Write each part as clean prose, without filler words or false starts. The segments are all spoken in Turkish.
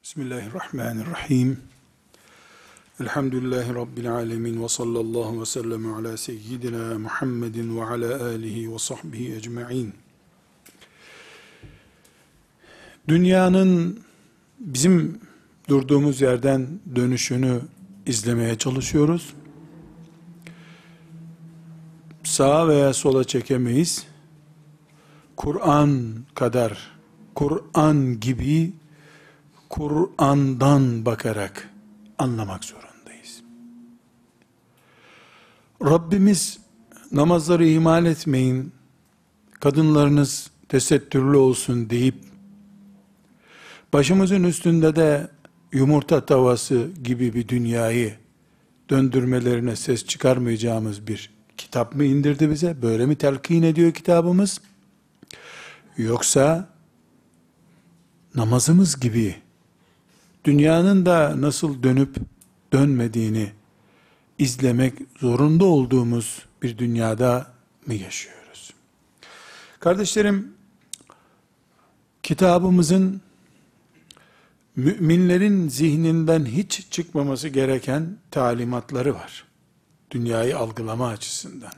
Bismillahirrahmanirrahim. Elhamdülillahi Rabbil alemin ve sallallahu ve sellem ala seyyidina Muhammedin ve ala alihi ve sahbihi ecma'in. Dünyanın bizim durduğumuz yerden dönüşünü izlemeye çalışıyoruz. Sağa veya sola çekemeyiz. Kur'an kadar, Kur'an gibi Kur'an'dan bakarak anlamak zorundayız. Rabbimiz namazları ihmal etmeyin, kadınlarınız tesettürlü olsun deyip, başımızın üstünde de yumurta tavası gibi bir dünyayı döndürmelerine ses çıkarmayacağımız bir kitap mı indirdi bize? Böyle mi telkin ediyor kitabımız? Yoksa namazımız gibi dünyanın da nasıl dönüp dönmediğini izlemek zorunda olduğumuz bir dünyada mı yaşıyoruz? Kardeşlerim, kitabımızın müminlerin zihninden hiç çıkmaması gereken talimatları var. Dünyayı algılama açısından.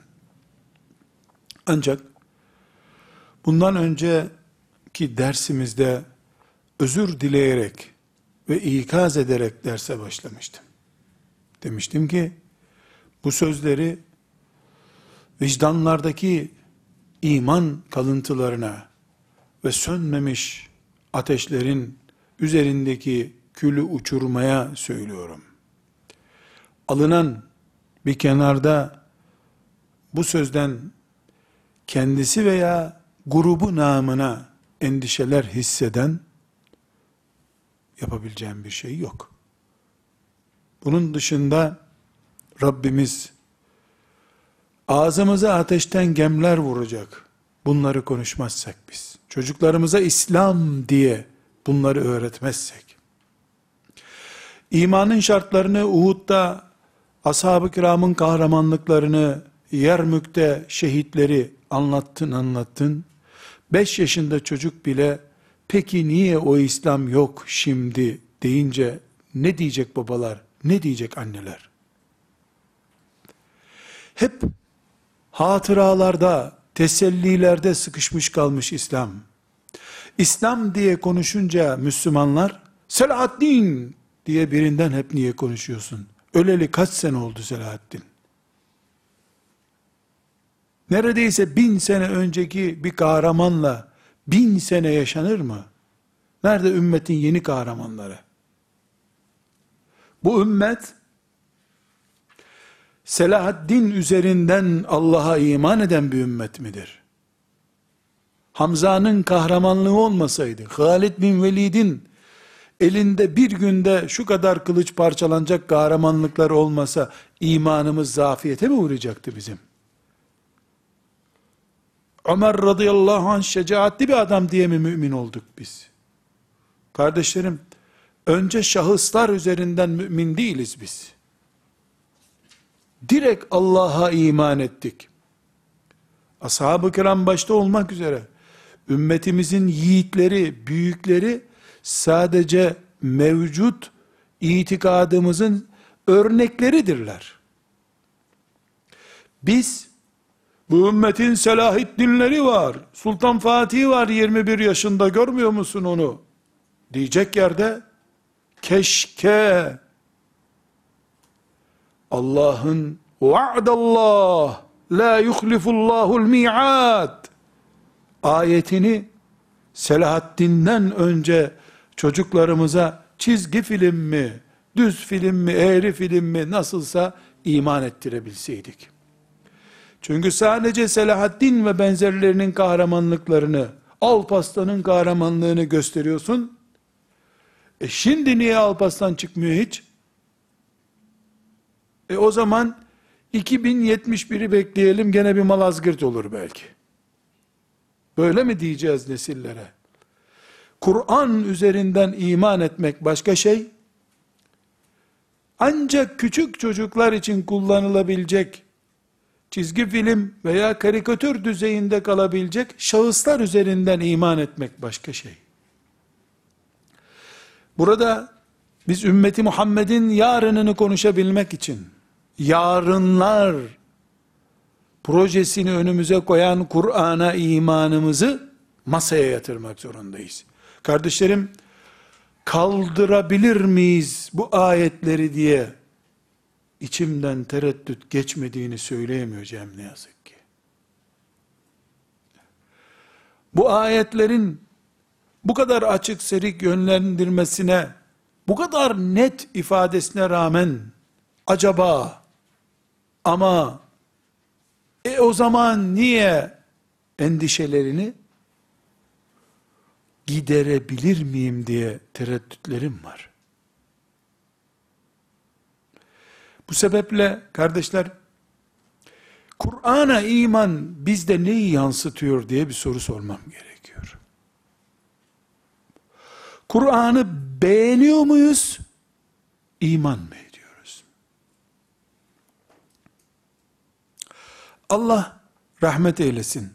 Ancak bundan önceki dersimizde özür dileyerek ve ikaz ederek derse başlamıştım. Demiştim ki, bu sözleri vicdanlardaki iman kalıntılarına ve sönmemiş ateşlerin üzerindeki külü uçurmaya söylüyorum. Alınan bir kenarda bu sözden kendisi veya grubu namına endişeler hisseden yapabileceğim bir şey yok. Bunun dışında Rabbimiz ağzımıza ateşten gemler vuracak. Bunları konuşmazsak biz, çocuklarımıza İslam diye bunları öğretmezsek, imanın şartlarını Uhud'da ashab-ı kiramın kahramanlıklarını, Yermük'te şehitleri anlattın. 5 yaşında çocuk bile peki niye o İslam yok şimdi deyince ne diyecek babalar, ne diyecek anneler? Hep hatıralarda, tesellilerde sıkışmış kalmış İslam. İslam diye konuşunca Müslümanlar, Selahaddin diye birinden hep niye konuşuyorsun? Öleli kaç sene oldu Selahaddin? Neredeyse 1000 sene önceki bir kahramanla 1000 sene yaşanır mı? Nerede ümmetin yeni kahramanları? Bu ümmet, Selahaddin üzerinden Allah'a iman eden bir ümmet midir? Hamza'nın kahramanlığı olmasaydı, Halid bin Velid'in elinde bir günde şu kadar kılıç parçalanacak kahramanlıklar olmasa, imanımız zafiyete mi uğrayacaktı bizim? Ömer radıyallahu anh şecaatli bir adam diye mi mümin olduk biz? Kardeşlerim, önce şahıslar üzerinden mümin değiliz biz. Direkt Allah'a iman ettik. Ashab-ı kiram başta olmak üzere, ümmetimizin yiğitleri, büyükleri, sadece mevcut itikadımızın örnekleridirler. Biz, bu ümmetin Selahaddinleri var, Sultan Fatih var 21 yaşında, görmüyor musun onu? Diyecek yerde, keşke Allah'ın vaadallah la yuhlifullahul mi'ad ayetini Selahaddin'den önce çocuklarımıza çizgi film mi, düz film mi, eğri film mi nasılsa iman ettirebilseydik. Çünkü sadece Selahaddin ve benzerlerinin kahramanlıklarını, Alparslan'ın kahramanlığını gösteriyorsun. Şimdi niye Alparslan çıkmıyor hiç? O zaman 2071'i bekleyelim, gene bir Malazgirt olur belki. Böyle mi diyeceğiz nesillere? Kur'an üzerinden iman etmek başka şey. Ancak küçük çocuklar için kullanılabilecek, çizgi film veya karikatür düzeyinde kalabilecek şahıslar üzerinden iman etmek başka şey. Burada biz ümmeti Muhammed'in yarınını konuşabilmek için, yarınlar projesini önümüze koyan Kur'an'a imanımızı masaya yatırmak zorundayız. Kardeşlerim, kaldırabilir miyiz bu ayetleri diye içimden tereddüt geçmediğini söyleyemeyeceğim ne yazık ki. Bu ayetlerin bu kadar açık serik yönlendirmesine, bu kadar net ifadesine rağmen acaba ama o zaman niye endişelerini giderebilir miyim diye tereddütlerim var. Bu sebeple kardeşler, Kur'an'a iman bizde neyi yansıtıyor diye bir soru sormam gerekiyor. Kur'an'ı beğeniyor muyuz? İman mı ediyoruz? Allah rahmet eylesin.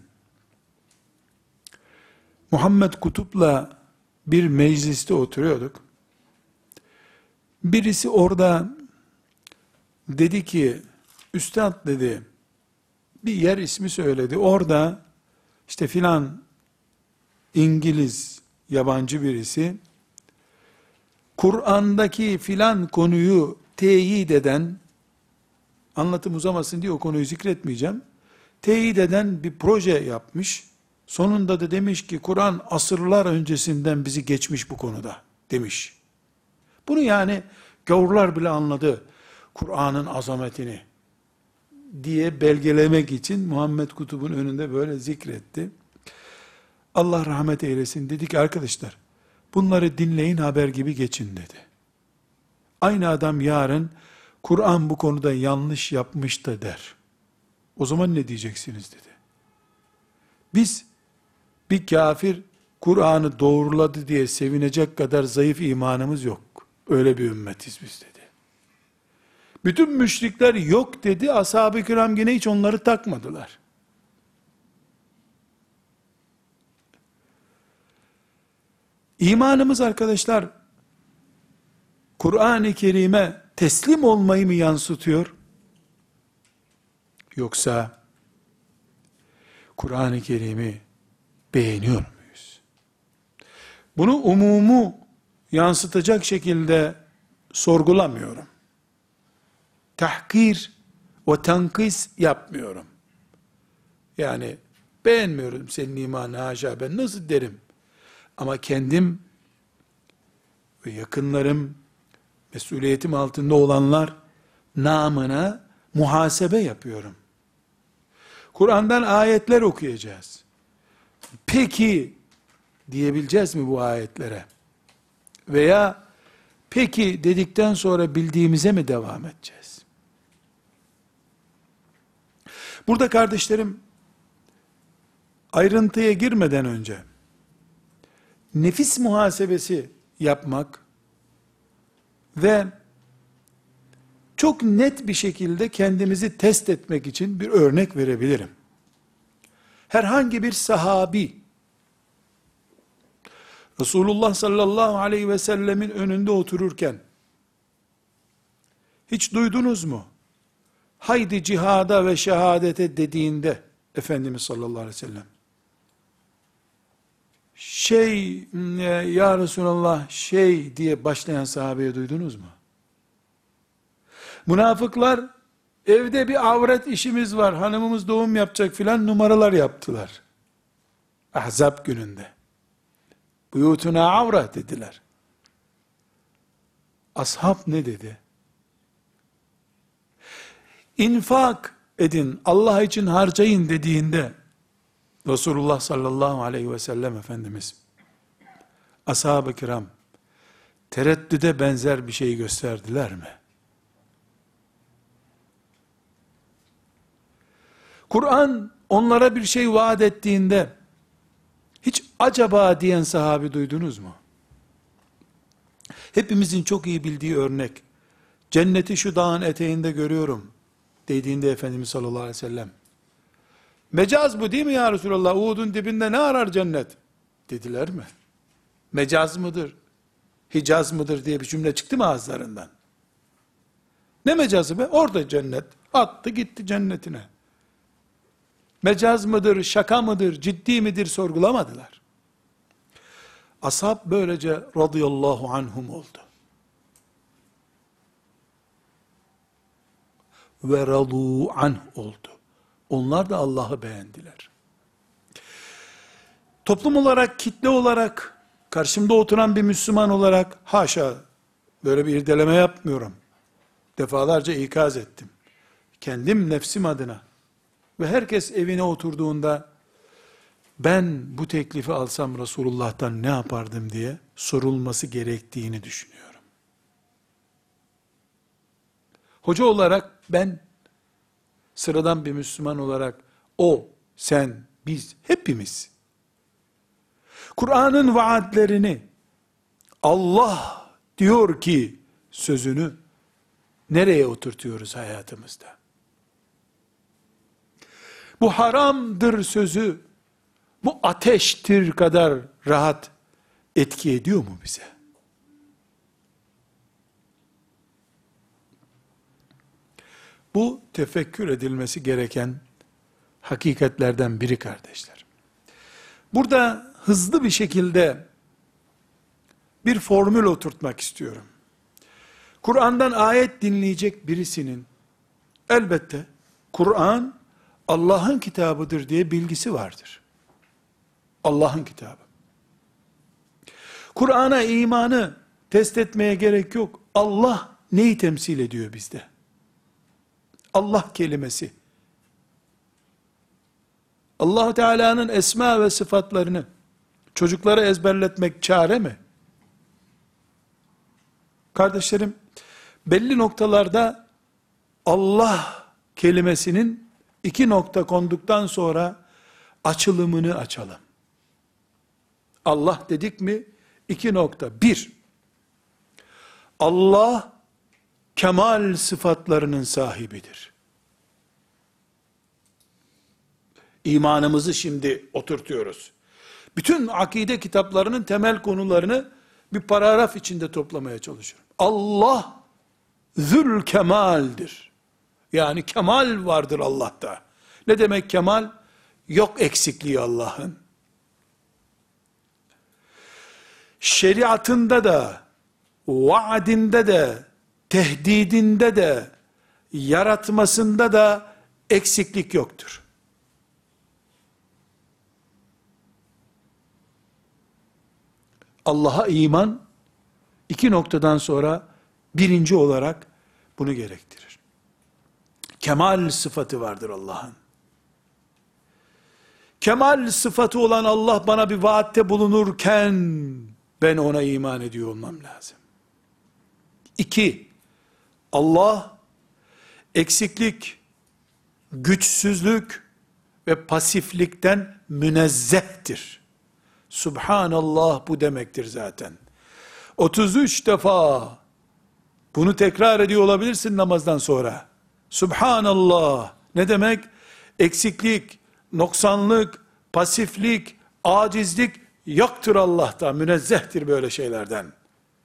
Muhammed Kutup'la bir mecliste oturuyorduk. Birisi orada dedi ki, üstad dedi, bir yer ismi söyledi. Orada işte filan İngiliz yabancı birisi Kur'an'daki filan konuyu teyit eden, anlatım uzamasın diye o konuyu zikretmeyeceğim, teyit eden bir proje yapmış. Sonunda da demiş ki Kur'an asırlar öncesinden bizi geçmiş bu konuda demiş. Bunu yani gavurlar bile anladı Kur'an'ın azametini diye belgelemek için Muhammed Kutup'un önünde böyle zikretti. Allah rahmet eylesin, dedi ki arkadaşlar bunları dinleyin, haber gibi geçin dedi. Aynı adam yarın Kur'an bu konuda yanlış yapmış da der. O zaman ne diyeceksiniz dedi. Biz bir kafir Kur'an'ı doğruladı diye sevinecek kadar zayıf imanımız yok. Öyle bir ümmetiz biz dedi. Bütün müşrikler yok dedi. Ashab-ı kiram yine hiç onları takmadılar. İmanımız arkadaşlar, Kur'an-ı Kerim'e teslim olmayı mı yansıtıyor? Yoksa Kur'an-ı Kerim'i beğeniyor muyuz? Bunu umumu yansıtacak şekilde sorgulamıyorum. Tahkir ve tenkis yapmıyorum. Yani beğenmiyorum senin imanı, haşa, ben nasıl derim? Ama kendim ve yakınlarım, mesuliyetim altında olanlar namına muhasebe yapıyorum. Kur'an'dan ayetler okuyacağız. Peki diyebileceğiz mi bu ayetlere? Veya peki dedikten sonra bildiğimize mi devam edeceğiz? Burada kardeşlerim, ayrıntıya girmeden önce nefis muhasebesi yapmak ve çok net bir şekilde kendimizi test etmek için bir örnek verebilirim. Herhangi bir sahabi, Resulullah sallallahu aleyhi ve sellemin önünde otururken, hiç duydunuz mu? Haydi cihada ve şehadete dediğinde, Efendimiz sallallahu aleyhi ve sellem, ya Resulallah diye başlayan sahabeyi duydunuz mu? Münafıklar, evde bir avret işimiz var, hanımımız doğum yapacak filan numaralar yaptılar. Ahzab gününde. Buyutuna avret dediler. Ashab ne dedi? İnfak edin, Allah için harcayın dediğinde, Resulullah sallallahu aleyhi ve sellem Efendimiz, ashab-ı kiram, tereddüde benzer bir şey gösterdiler mi? Kur'an onlara bir şey vaat ettiğinde, hiç acaba diyen sahabi duydunuz mu? Hepimizin çok iyi bildiği örnek, cenneti şu dağın eteğinde görüyorum, dediğinde Efendimiz sallallahu aleyhi ve sellem, mecaz bu değil mi ya Resulallah? Uhud'un dibinde ne arar cennet? Dediler mi? Mecaz mıdır? Hicaz mıdır diye bir cümle çıktı mı ağızlarından? Ne mecazı be? Orada cennet. Attı gitti cennetine. Mecaz mıdır, şaka mıdır, ciddi midir sorgulamadılar. Ashab böylece radıyallahu anhum oldu. Ve radu anh oldu. Onlar da Allah'ı beğendiler. Toplum olarak, kitle olarak, karşımda oturan bir Müslüman olarak, haşa, böyle bir irdeleme yapmıyorum. Defalarca ikaz ettim. Kendim nefsim adına ve herkes evine oturduğunda, ben bu teklifi alsam Resulullah'tan ne yapardım diye sorulması gerektiğini düşünüyorum. Hoca olarak ben, sıradan bir Müslüman olarak, o, sen, biz, hepimiz, Kur'an'ın vaatlerini, Allah diyor ki sözünü, nereye oturtuyoruz hayatımızda? Bu haramdır sözü, bu ateştir kadar rahat etki ediyor mu bize? Bu tefekkür edilmesi gereken hakikatlerden biri kardeşler. Burada hızlı bir şekilde bir formül oturtmak istiyorum. Kur'an'dan ayet dinleyecek birisinin elbette Kur'an Allah'ın kitabıdır diye bilgisi vardır. Allah'ın kitabı. Kur'an'a imanı test etmeye gerek yok. Allah neyi temsil ediyor bizde? Allah kelimesi. Allah Teala'nın esma ve sıfatlarını çocuklara ezberletmek çare mi? Kardeşlerim, belli noktalarda Allah kelimesinin iki nokta konduktan sonra açılımını açalım. Allah dedik mi? İki nokta. Bir, Allah kemal sıfatlarının sahibidir. İmanımızı şimdi oturtuyoruz. Bütün akide kitaplarının temel konularını bir paragraf içinde toplamaya çalışıyorum. Allah zül kemaldir. Yani kemal vardır Allah'ta. Ne demek kemal? Yok eksikliği Allah'ın. Şeriatında da, vaadinde de, tehdidinde de, yaratmasında da eksiklik yoktur. Allah'a iman, iki noktadan sonra birinci olarak bunu gerektirir. Kemal sıfatı vardır Allah'ın. Kemal sıfatı olan Allah bana bir vaatte bulunurken, ben ona iman ediyor olmam lazım. İki, Allah, eksiklik, güçsüzlük ve pasiflikten münezzehtir. Subhanallah bu demektir zaten. 33 defa bunu tekrar ediyor olabilirsin namazdan sonra. Subhanallah ne demek? Eksiklik, noksanlık, pasiflik, acizlik yoktur Allah'ta. Münezzehtir böyle şeylerden.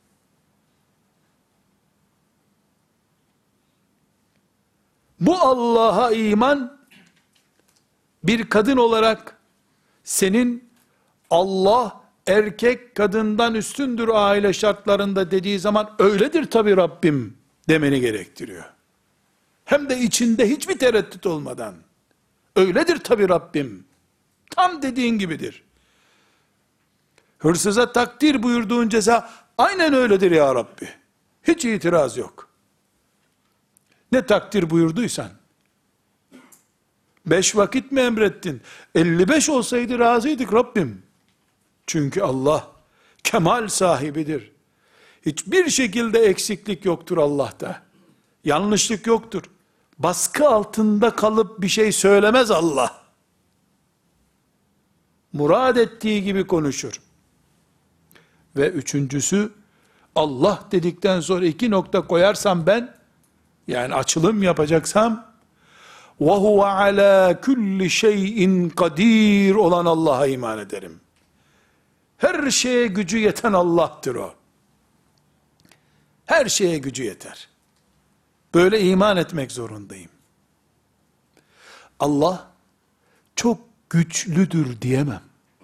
Bu Allah'a iman, bir kadın olarak senin Allah erkek kadından üstündür aile şartlarında dediği zaman öyledir tabi Rabbim demeni gerektiriyor. Hem de içinde hiçbir tereddüt olmadan. Öyledir tabi Rabbim. Tam dediğin gibidir. Hırsıza takdir buyurduğun ceza aynen öyledir ya Rabbi. Hiç itiraz yok. Ne takdir buyurduysan. 5 vakit mi emrettin? 55 olsaydı razıydık Rabbim. Çünkü Allah kemal sahibidir. Hiçbir şekilde eksiklik yoktur Allah'ta. Yanlışlık yoktur. Baskı altında kalıp bir şey söylemez Allah. Murad ettiği gibi konuşur. Ve üçüncüsü, Allah dedikten sonra 2 nokta koyarsam ben, yani açılım yapacaksam, وَهُوَ عَلَى كُلِّ شَيْءٍ قَدِيرٌ olan Allah'a iman ederim. Her şeye gücü yeten Allah'tır o. Her şeye gücü yeter. Böyle iman etmek zorundayım. Allah çok güçlüdür diyemem.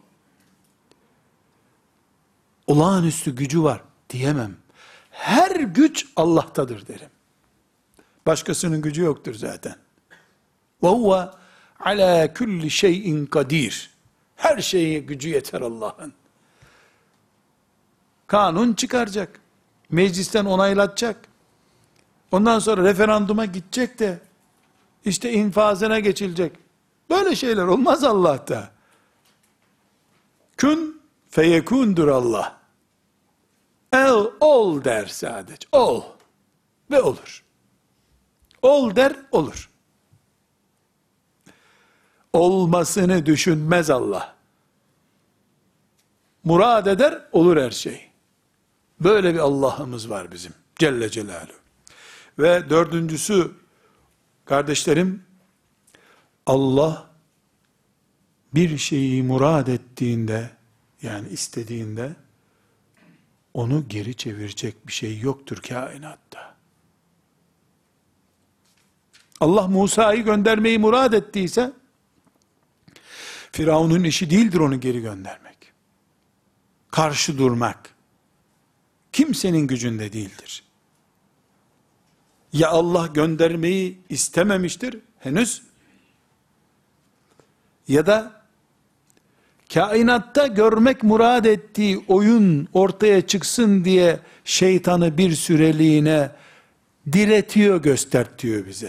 Olağanüstü gücü var diyemem. Her güç Allah'tadır derim. Başkasının gücü yoktur zaten. Ve huve ala kulli şeyin kadir. Her şeye gücü yeter Allah'ın. Kanun çıkaracak. Meclisten onaylatacak. Ondan sonra referanduma gidecek de işte infazına geçilecek. Böyle şeyler olmaz Allah'ta. Kün feyekundur Allah. Ol der sadece. Ol. Ve olur. Ol der, olur. Olmasını düşünmez Allah. Murad eder, olur her şey. Böyle bir Allah'ımız var bizim. Celle Celaluhu. Ve dördüncüsü, kardeşlerim, Allah bir şeyi murad ettiğinde, yani istediğinde, onu geri çevirecek bir şey yoktur kainatta. Allah Musa'yı göndermeyi murad ettiyse, Firavun'un işi değildir onu geri göndermek. Karşı durmak, kimsenin gücünde değildir. Ya Allah göndermeyi istememiştir henüz, ya da kainatta görmek murad ettiği oyun ortaya çıksın diye şeytanı bir süreliğine diretiyor, göstertiyor bize.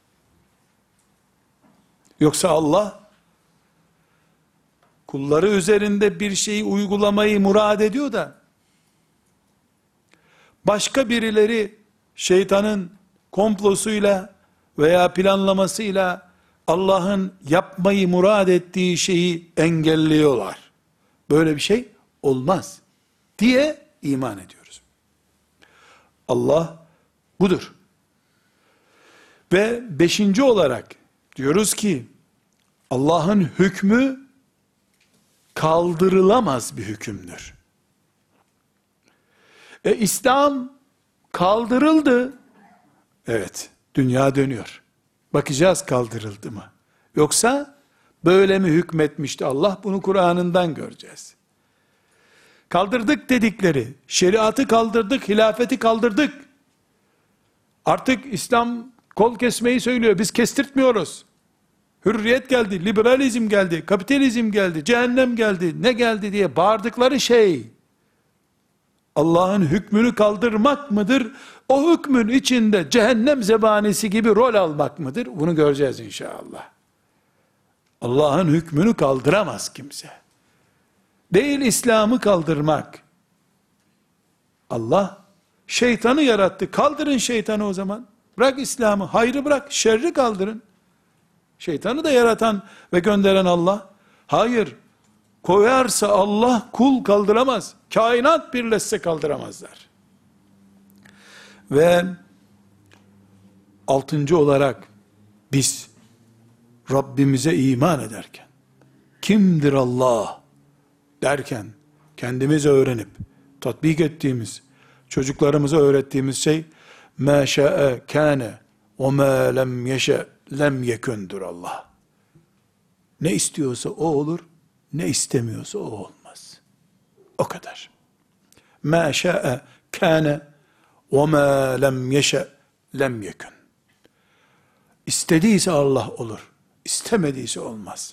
Yoksa Allah kulları üzerinde bir şeyi uygulamayı murad ediyor da başka birileri şeytanın komplosuyla veya planlamasıyla Allah'ın yapmayı murad ettiği şeyi engelliyorlar. Böyle bir şey olmaz diye iman ediyoruz. Allah budur. Ve beşinci olarak diyoruz ki Allah'ın hükmü kaldırılamaz bir hükümdür. İslam kaldırıldı. Evet, dünya dönüyor. Bakacağız kaldırıldı mı? Yoksa böyle mi hükmetmişti Allah? Bunu Kur'an'ından göreceğiz. Kaldırdık dedikleri, şeriatı kaldırdık, hilafeti kaldırdık. Artık İslam kol kesmeyi söylüyor, biz kestirtmiyoruz. Hürriyet geldi, liberalizm geldi, kapitalizm geldi, cehennem geldi, ne geldi diye bağırdıkları şey, Allah'ın hükmünü kaldırmak mıdır? O hükmün içinde cehennem zebanisi gibi rol almak mıdır? Bunu göreceğiz inşallah. Allah'ın hükmünü kaldıramaz kimse. Değil İslam'ı kaldırmak. Allah şeytanı yarattı. Kaldırın şeytanı o zaman. Bırak İslam'ı, hayrı bırak, şerri kaldırın. Şeytanı da yaratan ve gönderen Allah. Hayır, koyarsa Allah kul kaldıramaz. Kainat birleşse kaldıramazlar. Ve altıncı olarak biz Rabbimize iman ederken, kimdir Allah derken, kendimize öğrenip, tatbik ettiğimiz, çocuklarımıza öğrettiğimiz şey, مَا شَاءَ كَانَ وَمَا لَمْ يَشَأْ lem yekündür Allah. Ne istiyorsa o olur, ne istemiyorsa o olmaz. O kadar. مَا شَاءَ كَانَ وَمَا لَمْ يَشَأْ lem yekün. İstediyse Allah olur, istemediyse olmaz.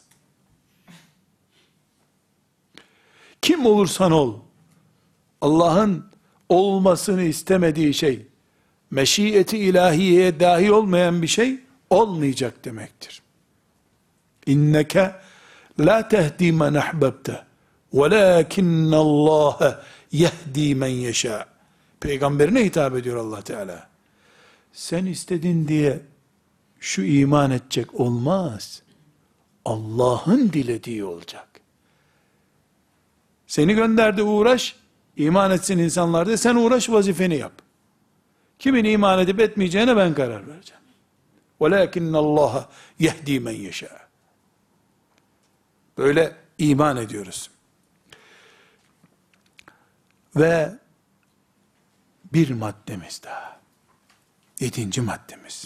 Kim olursan ol, Allah'ın olmasını istemediği şey, meşiyeti ilahiyeye dahi olmayan bir şey, olmayacak demektir. İnneke la tehdi men ahbabte velakinnallâhe yehdi men yeşâ. Peygamberine hitap ediyor Allah Teala. Sen istedin diye şu iman edecek olmaz. Allah'ın dilediği olacak. Seni gönderdi, uğraş, iman etsin insanlar de, sen uğraş, vazifeni yap. Kimin iman edip etmeyeceğine ben karar vereceğim. وَلَاكِنَّ اللّٰهَ يَهْد۪ي مَنْ يَشَاءُ. Böyle iman ediyoruz. Ve bir maddemiz daha. 7. maddemiz.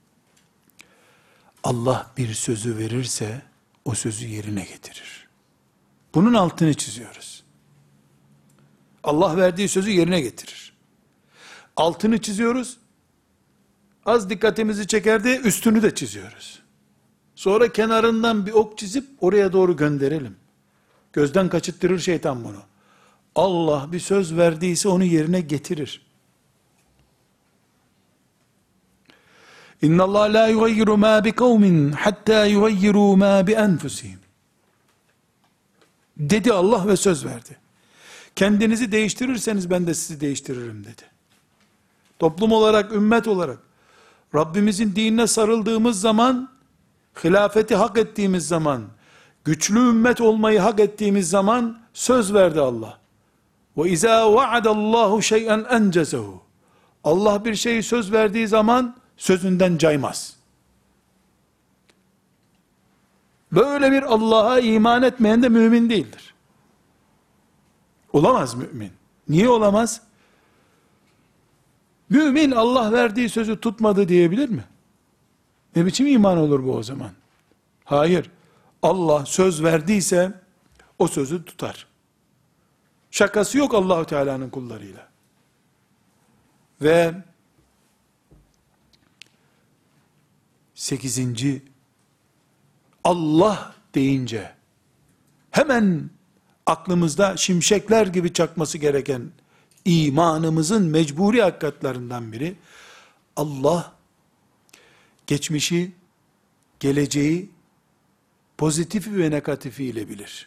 Allah bir sözü verirse o sözü yerine getirir. Bunun altını çiziyoruz. Allah verdiği sözü yerine getirir. Altını çiziyoruz. Az dikkatimizi çeker diye üstünü de çiziyoruz. Sonra kenarından bir ok çizip oraya doğru gönderelim. Gözden kaçırtırır şeytan bunu. Allah bir söz verdiyse onu yerine getirir. İnna Allah la yugayyiru ma bi kavmin hatta yugayyiru ma bi enfusihim. Dedi Allah ve söz verdi. Kendinizi değiştirirseniz ben de sizi değiştiririm dedi. Toplum olarak, ümmet olarak Rabbimizin dinine sarıldığımız zaman, hilafeti hak ettiğimiz zaman, güçlü ümmet olmayı hak ettiğimiz zaman söz verdi Allah. Ve izâ va'adallahu şey'en encezehu. Allah bir şeyi söz verdiği zaman sözünden caymaz. Böyle bir Allah'a iman etmeyen de mümin değildir. Olamaz mümin. Niye olamaz? Mümin Allah verdiği sözü tutmadı diyebilir mi? Ne biçim iman olur bu o zaman? Hayır. Allah söz verdiyse o sözü tutar. Şakası yok Allahu Teala'nın kullarıyla. Ve 8. Allah deyince hemen aklımızda şimşekler gibi çakması gereken imanımızın mecburi hakikatlerinden biri, Allah geçmişi, geleceği, pozitifi ve negatifiyle bilir.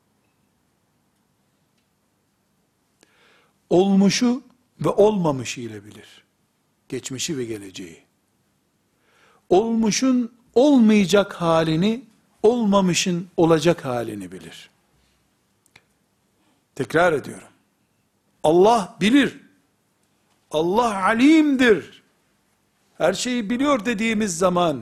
Olmuşu ve olmamışı ile bilir. Geçmişi ve geleceği. Olmuşun olmayacak halini, olmamışın olacak halini bilir. Tekrar ediyorum. Allah bilir. Allah alimdir. Her şeyi biliyor dediğimiz zaman,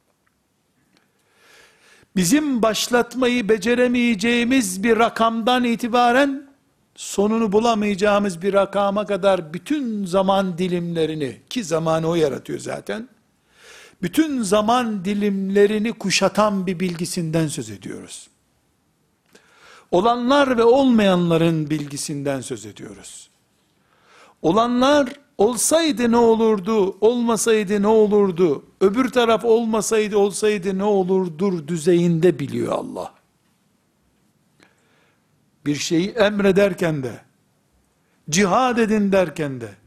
bizim başlatmayı beceremeyeceğimiz bir rakamdan itibaren, sonunu bulamayacağımız bir rakama kadar bütün zaman dilimlerini, ki zamanı o yaratıyor zaten, bütün zaman dilimlerini kuşatan bir bilgisinden söz ediyoruz. Olanlar ve olmayanların bilgisinden söz ediyoruz. Olanlar olsaydı ne olurdu, olmasaydı ne olurdu, öbür taraf olmasaydı olsaydı ne olurdur düzeyinde biliyor Allah. Bir şeyi emrederken de, cihad edin derken de,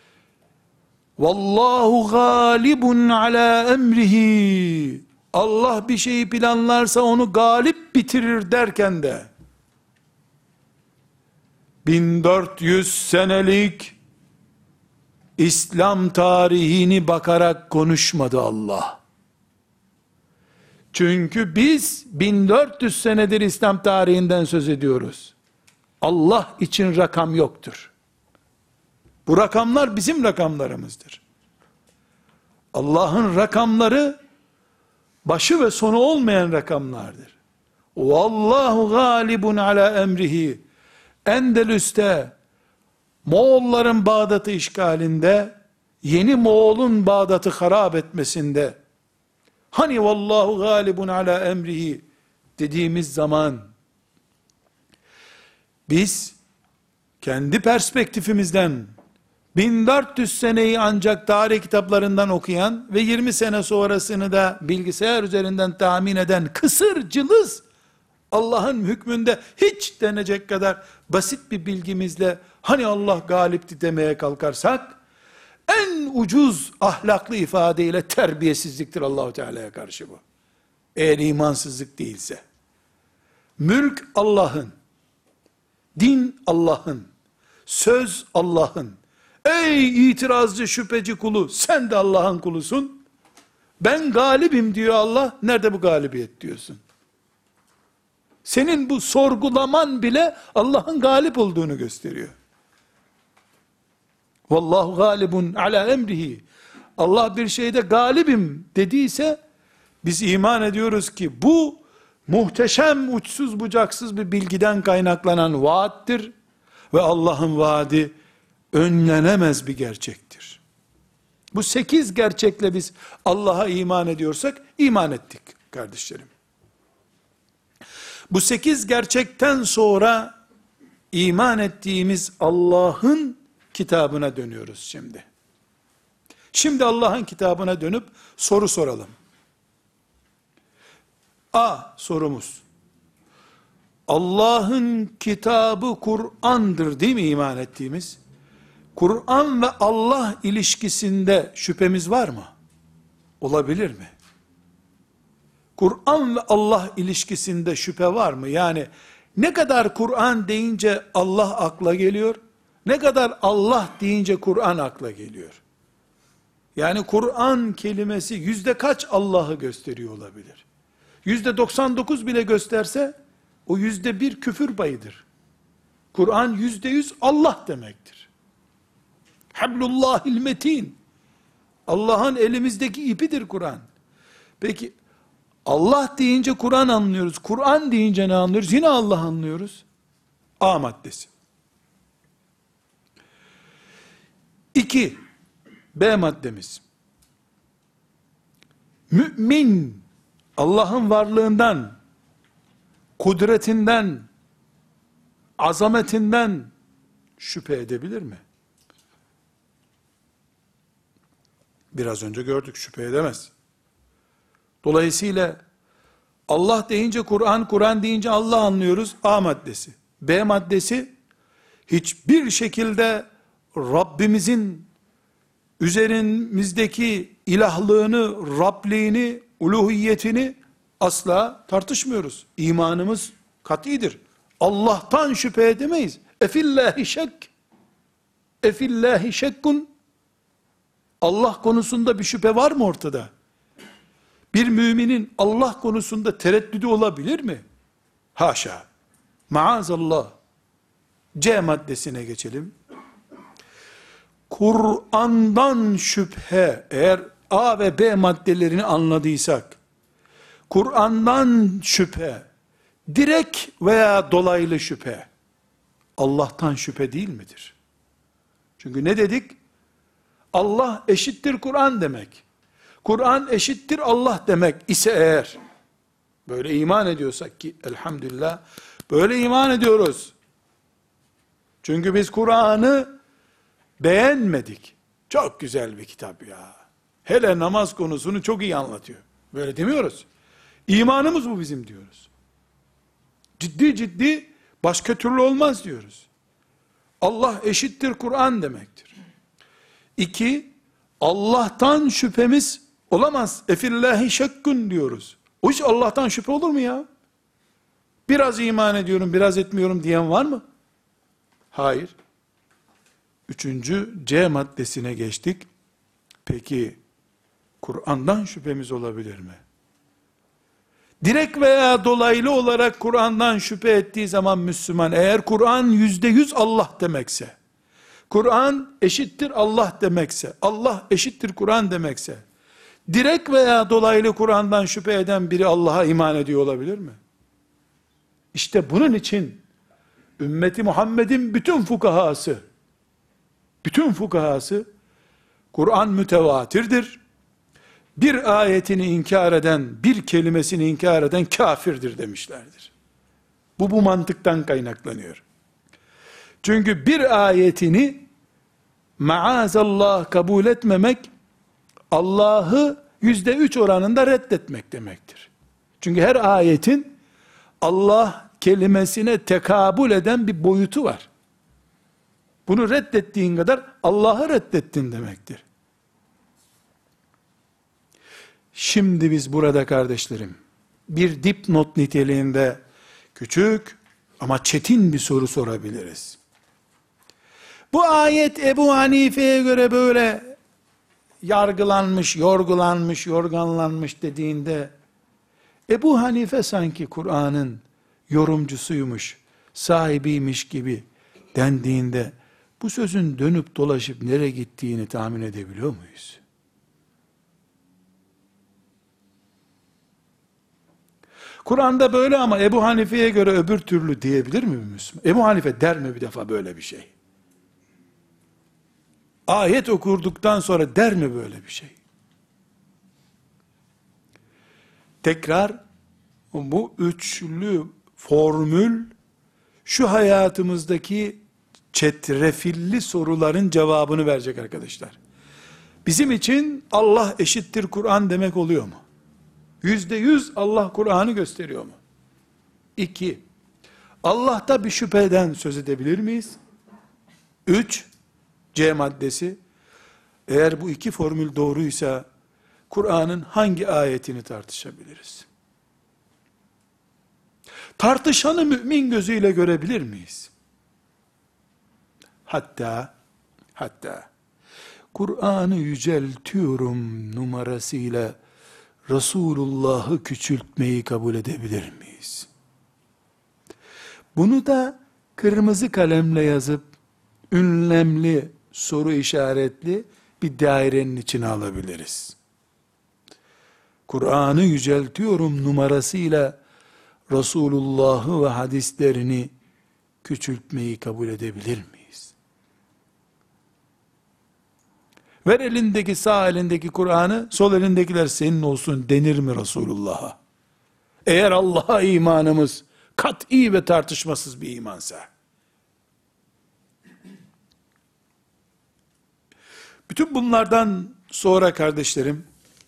vallahu galibun ala emrihi, Allah bir şeyi planlarsa onu galip bitirir derken de, 1400 senelik İslam tarihini bakarak konuşmadı Allah. Çünkü biz 1400 senedir İslam tarihinden söz ediyoruz. Allah için rakam yoktur. Bu rakamlar bizim rakamlarımızdır. Allah'ın rakamları başı ve sonu olmayan rakamlardır. Vallahu galibun ala emrihi. Endelüs'te Moğolların Bağdat'ı işgalinde, yeni Moğol'un Bağdat'ı harap etmesinde, hani vallahu galibun ala emrihi dediğimiz zaman, biz kendi perspektifimizden 1400 seneyi ancak tarih kitaplarından okuyan ve 20 sene sonrasını da bilgisayar üzerinden tahmin eden kısır cılız, Allah'ın hükmünde hiç denecek kadar basit bir bilgimizle hani Allah galipti demeye kalkarsak, en ucuz ahlaklı ifadeyle terbiyesizliktir Allah-u Teala'ya karşı bu. Eğer imansızlık değilse. Mülk Allah'ın, din Allah'ın, söz Allah'ın. Ey itirazcı şüpheci kulu, sen de Allah'ın kulusun. Ben galibim diyor Allah. Nerede bu galibiyet diyorsun? Senin bu sorgulaman bile Allah'ın galip olduğunu gösteriyor. Vallahu galibun ala emrihi. Allah bir şeyde galibim dediyse, biz iman ediyoruz ki bu muhteşem, uçsuz bucaksız bir bilgiden kaynaklanan vaattir ve Allah'ın vaadi önlenemez bir gerçektir. Bu 8 gerçekle biz Allah'a iman ediyorsak, iman ettik kardeşlerim. Bu 8 gerçekten sonra, iman ettiğimiz Allah'ın kitabına dönüyoruz şimdi. Şimdi Allah'ın kitabına dönüp soru soralım. Sorumuz. Allah'ın kitabı Kur'an'dır değil mi iman ettiğimiz? Kur'an ve Allah ilişkisinde şüphemiz var mı? Olabilir mi? Kur'an ve Allah ilişkisinde şüphe var mı? Yani ne kadar Kur'an deyince Allah akla geliyor, ne kadar Allah deyince Kur'an akla geliyor. Yani Kur'an kelimesi yüzde kaç Allah'ı gösteriyor olabilir? %99 bile gösterse, o %1 küfür payıdır. Kur'an %100 Allah demektir. Hablullahil metin. Allah'ın elimizdeki ipidir Kur'an. Peki, Allah deyince Kur'an anlıyoruz. Kur'an deyince ne anlıyoruz? Yine Allah anlıyoruz. A maddesi. 2. B maddemiz. Mümin, Allah'ın varlığından, kudretinden, azametinden şüphe edebilir mi? Biraz önce gördük, şüphe edemez. Dolayısıyla Allah deyince Kur'an, Kur'an deyince Allah anlıyoruz. A maddesi. B maddesi, hiçbir şekilde Rabbimizin üzerimizdeki ilahlığını, Rabliğini, uluhiyetini asla tartışmıyoruz. İmanımız katidir. Allah'tan şüphe edemeyiz. Efillahi şek. Efillahi şekkun. Allah konusunda bir şüphe var mı ortada? Bir müminin Allah konusunda tereddüdü olabilir mi? Haşa. Maazallah. C maddesine geçelim. Kur'an'dan şüphe, eğer A ve B maddelerini anladıysak, Kur'an'dan şüphe, direkt veya dolaylı şüphe, Allah'tan şüphe değil midir? Çünkü ne dedik? Allah eşittir Kur'an demek. Kur'an eşittir Allah demek ise eğer, böyle iman ediyorsak ki elhamdülillah, böyle iman ediyoruz. Çünkü biz Kur'an'ı beğenmedik. Çok güzel bir kitap ya. Hele namaz konusunu çok iyi anlatıyor. Böyle demiyoruz. İmanımız bu bizim diyoruz. Ciddi ciddi başka türlü olmaz diyoruz. Allah eşittir Kur'an demektir. 2, Allah'tan şüphemiz olamaz. Efillahi şekkun diyoruz. O hiç Allah'tan şüphe olur mu ya? Biraz iman ediyorum, biraz etmiyorum diyen var mı? Hayır. 3. C maddesine geçtik. Peki, Kur'an'dan şüphemiz olabilir mi? Direkt veya dolaylı olarak Kur'an'dan şüphe ettiği zaman Müslüman, eğer Kur'an %100 Allah demekse, Kur'an eşittir Allah demekse, Allah eşittir Kur'an demekse, direkt veya dolaylı Kur'an'dan şüphe eden biri Allah'a iman ediyor olabilir mi? İşte bunun için, ümmeti Muhammed'in bütün fukahası, Kur'an mütevatirdir. Bir ayetini inkar eden, bir kelimesini inkar eden kafirdir demişlerdir. Bu mantıktan kaynaklanıyor. Çünkü bir ayetini maazallah kabul etmemek, Allah'ı %3 oranında reddetmek demektir. Çünkü her ayetin Allah kelimesine tekabül eden bir boyutu var. Bunu reddettiğin kadar Allah'ı reddettin demektir. Şimdi biz burada kardeşlerim, bir dipnot niteliğinde küçük ama çetin bir soru sorabiliriz. Bu ayet Ebu Hanife'ye göre böyle yargılanmış, yorgulanmış, yorganlanmış dediğinde, Ebu Hanife sanki Kur'an'ın yorumcusuymuş, sahibiymiş gibi dendiğinde, bu sözün dönüp dolaşıp nereye gittiğini tahmin edebiliyor muyuz? Kur'an'da böyle ama Ebu Hanife'ye göre öbür türlü diyebilir mi bir Müslüman? Ebu Hanife der mi bir defa böyle bir şey? ayet okurduktan sonra der mi böyle bir şey? Tekrar bu üçlü formül şu hayatımızdaki çetrefilli soruların cevabını verecek arkadaşlar. Bizim için Allah eşittir Kur'an demek oluyor mu? %100 Allah Kur'an'ı gösteriyor mu? 2. Allah'ta bir şüpheden söz edebilir miyiz? 3. C maddesi. Eğer bu iki formül doğruysa Kur'an'ın hangi ayetini tartışabiliriz? Tartışanı mümin gözüyle görebilir miyiz? Hatta Kur'an'ı yüceltiyorum numarasıyla Resulullah'ı küçültmeyi kabul edebilir miyiz? Bunu da kırmızı kalemle yazıp ünlemli, soru işaretli bir dairenin içine alabiliriz. Kur'an'ı yüceltiyorum numarasıyla Resulullah'ı ve hadislerini küçültmeyi kabul edebilir miyiz? Ver elindeki sağ elindeki Kur'an'ı, sol elindekiler senin olsun denir mi Resulullah'a? Eğer Allah'a imanımız kat'i ve tartışmasız bir imansa. Bütün bunlardan sonra kardeşlerim,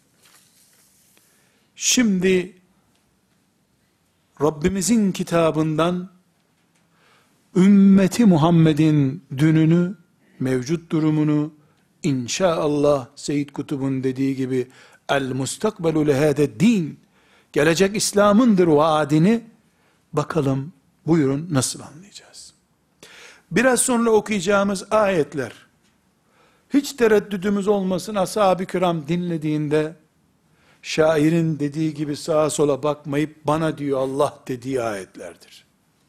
şimdi Rabbimizin kitabından ümmeti Muhammed'in dününü, mevcut durumunu, inşaallah Seyyid Kutub'un dediği gibi el mustakbelu lehâde din, gelecek İslam'ındır vaadini, bakalım buyurun nasıl anlayacağız? Biraz sonra okuyacağımız ayetler, hiç tereddüdümüz olmasın, ashab-ı kiram dinlediğinde, şairin dediği gibi sağa sola bakmayıp, bana diyor Allah dediği ayetlerdir.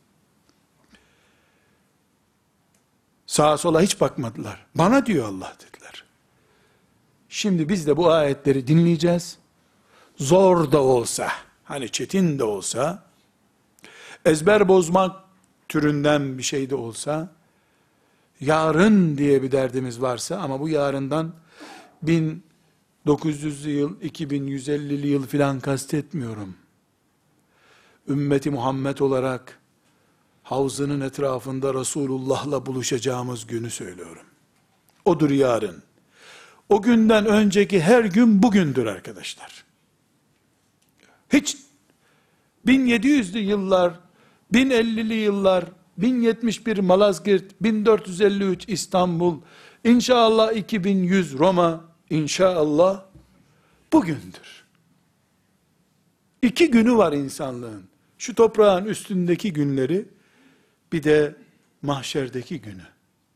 Sağa sola hiç bakmadılar. Bana diyor Allah dediler. Şimdi biz de bu ayetleri dinleyeceğiz. Zor da olsa, hani çetin de olsa, ezber bozmak türünden bir şey de olsa, yarın diye bir derdimiz varsa, ama bu yarından 1900'lü yıl, 2150'li yıl filan kastetmiyorum. Ümmeti Muhammed olarak havzının etrafında Resulullah'la buluşacağımız günü söylüyorum. Odur yarın. O günden önceki her gün bugündür arkadaşlar. Hiç 1700'lü yıllar, 1050'li yıllar, 1071 Malazgirt, 1453 İstanbul, inşallah 2100 Roma, inşallah bugündür. 2 günü var insanlığın. Şu toprağın üstündeki günleri, bir de mahşerdeki günü.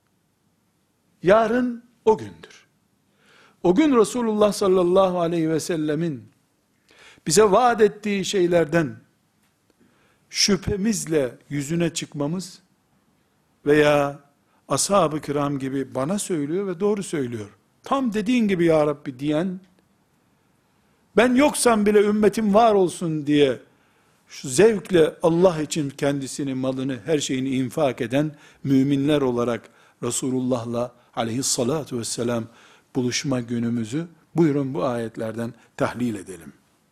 Yarın o gündür. O gün Resulullah sallallahu aleyhi ve sellemin bize vaat ettiği şeylerden şüphemizle yüzüne çıkmamız veya ashab-ı kiram gibi bana söylüyor ve doğru söylüyor, tam dediğin gibi ya Rabbi diyen, ben yoksam bile ümmetim var olsun diye şu zevkle Allah için kendisini, malını, her şeyini infak eden müminler olarak Resulullah'la aleyhissalatu vesselam buluşma günümüzü buyurun bu ayetlerden tahlil edelim.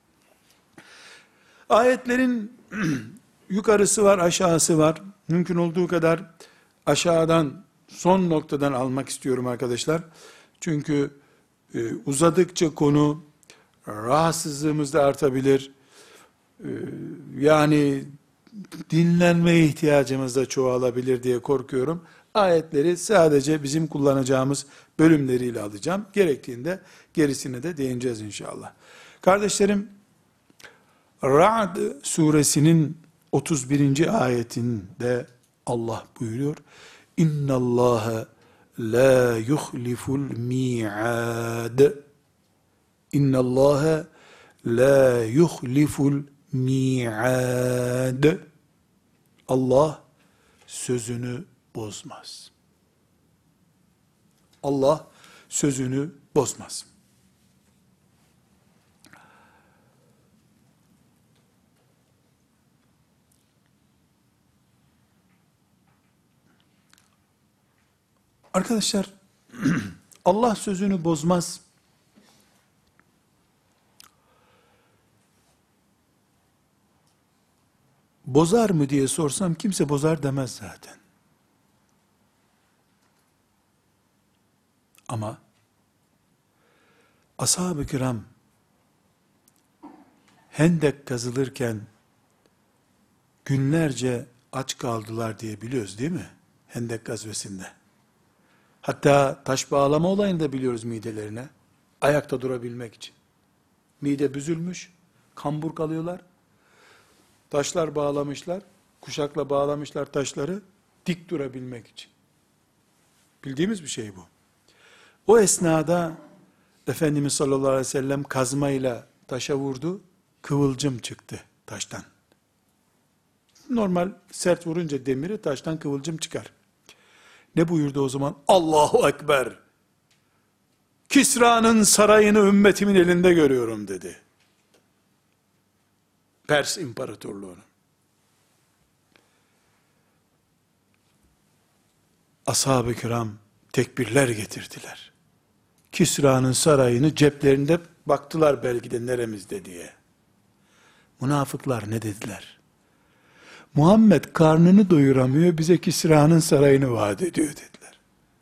Ayetlerin yukarısı var, aşağısı var. Mümkün olduğu kadar aşağıdan, son noktadan almak istiyorum arkadaşlar. Çünkü uzadıkça konu rahatsızlığımız da artabilir. Yani dinlenmeye ihtiyacımız da çoğalabilir diye korkuyorum. Ayetleri sadece bizim kullanacağımız bölümleriyle alacağım. Gerektiğinde gerisine de değineceğiz inşallah. Kardeşlerim, Ra'd suresinin 31. ayetinde Allah buyuruyor. İnna Allaha la yuhliful mi'ad. İnna Allaha la yuhliful mi'ad. Allah sözünü bozmaz. Allah sözünü bozmaz. Arkadaşlar, Allah sözünü bozmaz. Bozar mı diye sorsam kimse bozar demez zaten. Ama ashab-ı kiram Hendek kazılırken günlerce aç kaldılar diye biliyoruz değil mi? Hendek gazvesinde. Hatta taş bağlama olayını da biliyoruz midelerine. Ayakta durabilmek için. Mide büzülmüş, kambur kalıyorlar. Taşlar bağlamışlar, kuşakla bağlamışlar taşları, dik durabilmek için. Bildiğimiz bir şey bu. O esnada Efendimiz sallallahu aleyhi ve sellem kazmayla taşa vurdu, kıvılcım çıktı taştan. Normal sert vurunca demiri taştan kıvılcım çıkar. Ne buyurdu o zaman? Allahu Ekber! Kisra'nın sarayını ümmetimin elinde görüyorum dedi. Pers İmparatorluğu'nu. Ashab-ı kiram tekbirler getirdiler. Kisra'nın sarayını ceplerinde baktılar belki de neremizde diye. Münafıklar ne dediler? Muhammed karnını doyuramıyor, bize Kisra'nın sarayını vaat ediyor dediler.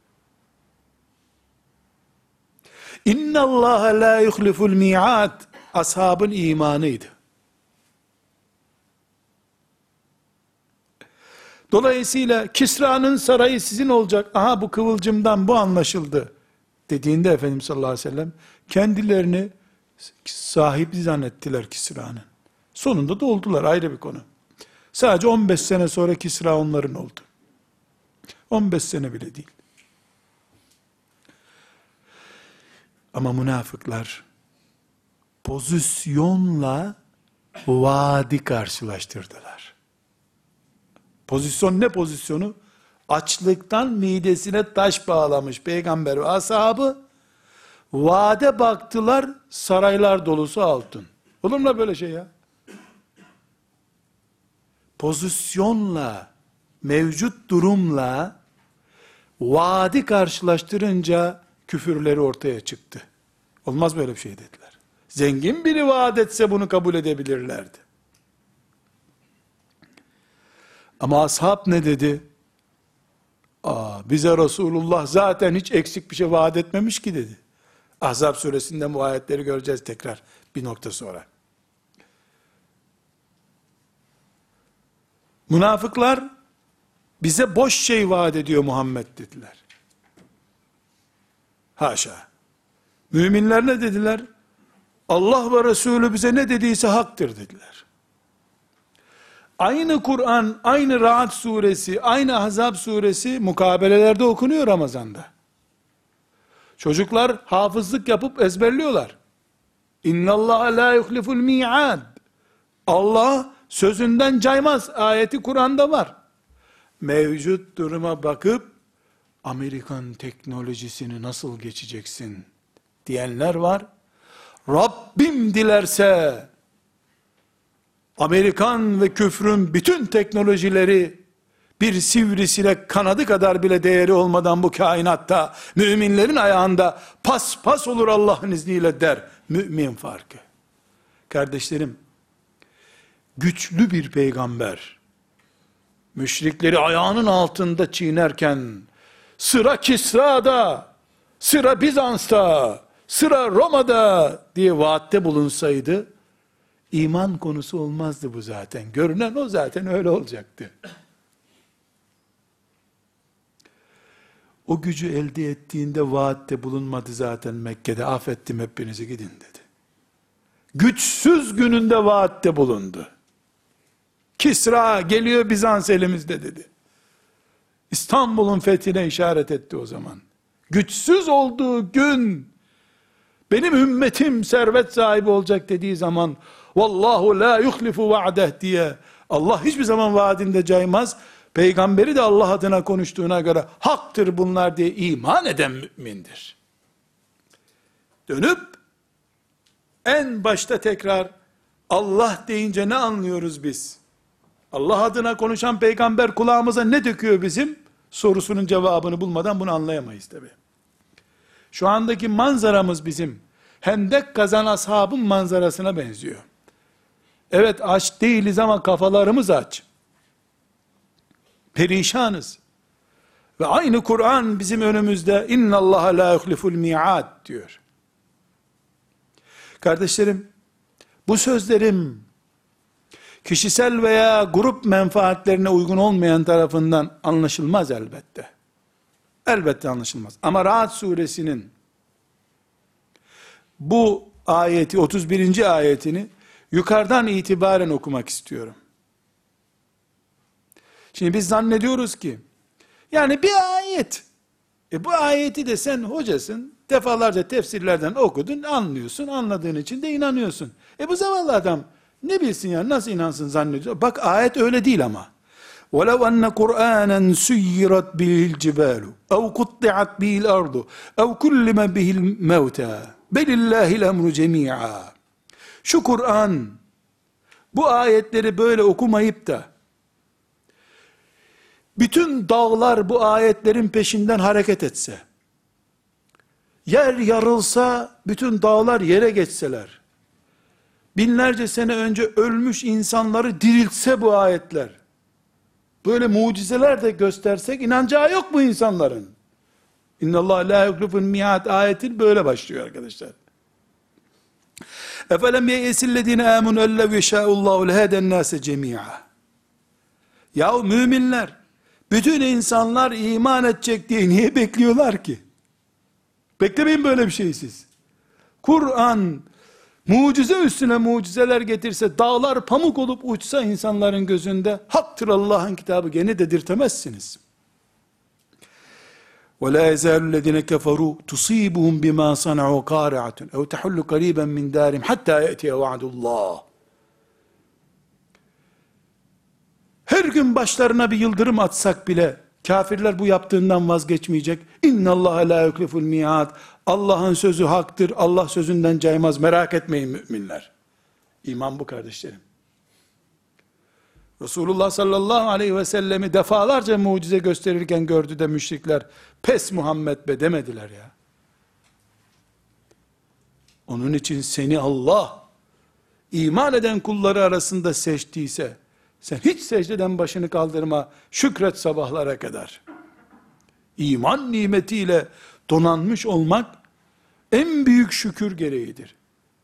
İnna Allah la yuhliful mi'at, ashabın imanıydı. Dolayısıyla Kisra'nın sarayı sizin olacak, aha bu kıvılcımdan bu anlaşıldı dediğinde Efendimiz sallallahu aleyhi ve sellem kendilerini sahibi zannettiler Kisra'nın. Sonunda da oldular, ayrı bir konu. Sadece 15 sene sonra Kisra onların oldu. 15 sene bile değil. Ama münafıklar pozisyonla vaadi karşılaştırdılar. Pozisyon ne pozisyonu? Açlıktan midesine taş bağlamış peygamber ve ashabı, vaade baktılar, saraylar dolusu altın. Olur mu böyle şey ya? Pozisyonla, mevcut durumla, vaadi karşılaştırınca küfürleri ortaya çıktı. Olmaz böyle bir şey dediler. Zengin biri vaat etse bunu kabul edebilirlerdi. Ama ashab ne dedi? Bize Resulullah zaten hiç eksik bir şey vaat etmemiş ki dedi. Ahzab suresinden bu ayetleri göreceğiz tekrar bir nokta sonra. Münafıklar bize boş şey vaat ediyor Muhammed dediler. Haşa. Müminler ne dediler? Allah ve Resulü bize ne dediyse haktır dediler. Aynı Kur'an, aynı Ra'd suresi, aynı Ahzab suresi mukabelelerde okunuyor Ramazan'da. Çocuklar hafızlık yapıp ezberliyorlar. İnnallâhe lâ yuhliful mi'ad. Allah sözünden caymaz ayeti Kur'an'da var. Mevcut duruma bakıp Amerikan teknolojisini nasıl geçeceksin diyenler var. Rabbim dilerse Amerikan ve küfrün bütün teknolojileri bir sivrisinek kanadı kadar bile değeri olmadan bu kainatta müminlerin ayağında pas pas olur Allah'ın izniyle der. Mümin farkı. Kardeşlerim, güçlü bir peygamber müşrikleri ayağının altında çiğnerken sıra Kisra'da, sıra Bizans'ta, sıra Roma'da diye vaatte bulunsaydı iman konusu olmazdı bu zaten. Görünen o zaten öyle olacaktı. O gücü elde ettiğinde vaatte bulunmadı zaten Mekke'de. Affettim hepinizi gidin dedi. Güçsüz gününde vaatte bulundu. Kisra geliyor Bizans elimizde dedi. İstanbul'un fethine işaret etti o zaman. Güçsüz olduğu gün benim ümmetim servet sahibi olacak dediği zaman vallahu la yuhlifu va'deh diye Allah hiçbir zaman vaadinde caymaz. Peygamberi de Allah adına konuştuğuna göre haktır bunlar diye iman eden mümindir. Dönüp en başta tekrar Allah deyince ne anlıyoruz biz? Allah adına konuşan peygamber kulağımıza ne döküyor bizim? Sorusunun cevabını bulmadan bunu anlayamayız tabi. Şu andaki manzaramız bizim hendek kazan ashabın manzarasına benziyor. Evet, aç değiliz ama kafalarımız aç. Perişanız. Ve aynı Kur'an bizim önümüzde inna Allah la yuhliful mi'ad diyor. Kardeşlerim, bu sözlerim kişisel veya grup menfaatlerine uygun olmayan tarafından anlaşılmaz elbette. Elbette anlaşılmaz. Ama Ra'd suresinin bu ayeti, 31. ayetini yukarıdan itibaren okumak istiyorum. Şimdi biz zannediyoruz ki, yani bir ayet, bu ayeti de sen hocasın, defalarca tefsirlerden okudun, anlıyorsun, anladığın için de inanıyorsun. Bu zavallı adam ne bilsin ya, nasıl inansın zannediyor. Bak ayet öyle değil ama. وَلَوْ أَنَّ قُرْآنًا سُيِّرَتْ بِهِ الْجِبَالُ اَوْ قُطِّعَتْ بِهِ الْأَرْضُ اَوْ كُلِّمَ بِهِ الْمَوْتَى بَلِ اللّٰهِ الْأَمْرُ جَمِيعًا. Şu Kur'an, bu ayetleri böyle okumayıp da, bütün dağlar bu ayetlerin peşinden hareket etse, yer yarılsa, bütün dağlar yere geçseler, binlerce sene önce ölmüş insanları diriltse bu ayetler, böyle mucizeler de göstersek, inanacağı yok bu insanların. İnnallâhe lâ yuhliful mi'ad ayeti böyle başlıyor arkadaşlar. Efelem ye'esillezîne âmûnû ellev yeşâullâhu lehâden nâse cemî'a. Yahu müminler, bütün insanlar iman edecek diye niye bekliyorlar ki? Beklemeyin böyle bir şey siz. Kur'an, mucize üstüne mucizeler getirse, dağlar pamuk olup uçsa insanların gözünde, haktır Allah'ın kitabı, gene dedirtemezsiniz. وَلَا يَزَالُ الَّذِينَ كَفَرُوا تُصِيبُهُمْ بِمَا صَنَعُوا قَارِعَةٌ اَوْ تَحُلُّ قَرِيبًا مِنْ دَارِهِمْ حَتَّى يَأْتِيَ وَعْدُ اللّٰهِ. Her gün başlarına bir yıldırım atsak bile, kafirler bu yaptığından vazgeçmeyecek. اِنَّ اللّٰهَ لَا يُخْلِفُ الْمِيعَادِ. Allah'ın sözü haktır, Allah sözünden caymaz, merak etmeyin müminler. İman bu kardeşlerim. Resulullah sallallahu aleyhi ve sellemi defalarca mucize gösterirken gördü de müşrikler, pes Muhammed be demediler ya. Onun için seni Allah, iman eden kulları arasında seçtiyse, sen hiç secdeden başını kaldırma, şükret sabahlara kadar. İman nimetiyle donanmış olmak, en büyük şükür gereğidir.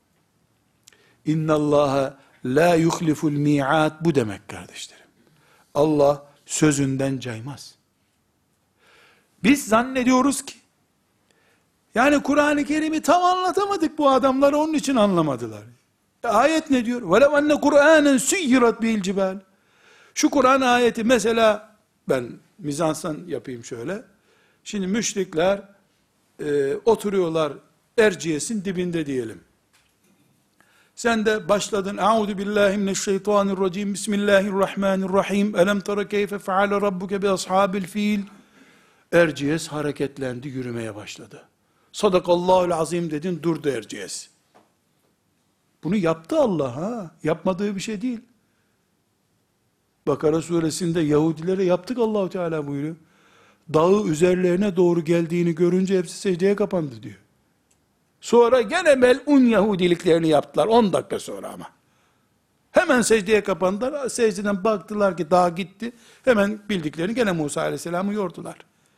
İnnallâhe la yuhliful mi'ad, bu demek kardeşlerim. Allah sözünden caymaz. Biz zannediyoruz ki, yani Kur'an-ı Kerim'i tam anlatamadık bu adamlar, onun için anlamadılar. Ayet ne diyor? وَلَوْ أَنَّ قُرْآنًا سُيِّرَتْ بِهِ الْجِبَالِ. Şu Kur'an ayeti mesela, ben mizansen yapayım şöyle. Şimdi müşrikler oturuyorlar Erciyes'in dibinde diyelim. Sen de başladın. Euzu billahi mineşşeytanirracim. Bismillahirrahmanirrahim. Elem tara keyfe feale rabbuke bi ashabil fil. Erciyes hareketlendi, yürümeye başladı. Sadakallahul azim dedin, durdu Erciyes. Bunu yaptı Allah ha. Yapmadığı bir şey değil. Bakara suresinde Yahudilere yaptık Allahu Teala buyuruyor. Dağı üzerlerine doğru geldiğini görünce hepsi secdeye kapandı diyor. Sonra gene melun Yahudiliklerini yaptılar 10 dakika sonra ama. Hemen secdeye kapandılar. Secdeden baktılar ki dağ gitti. Hemen bildiklerini gene Musa Aleyhisselam'ı yordular.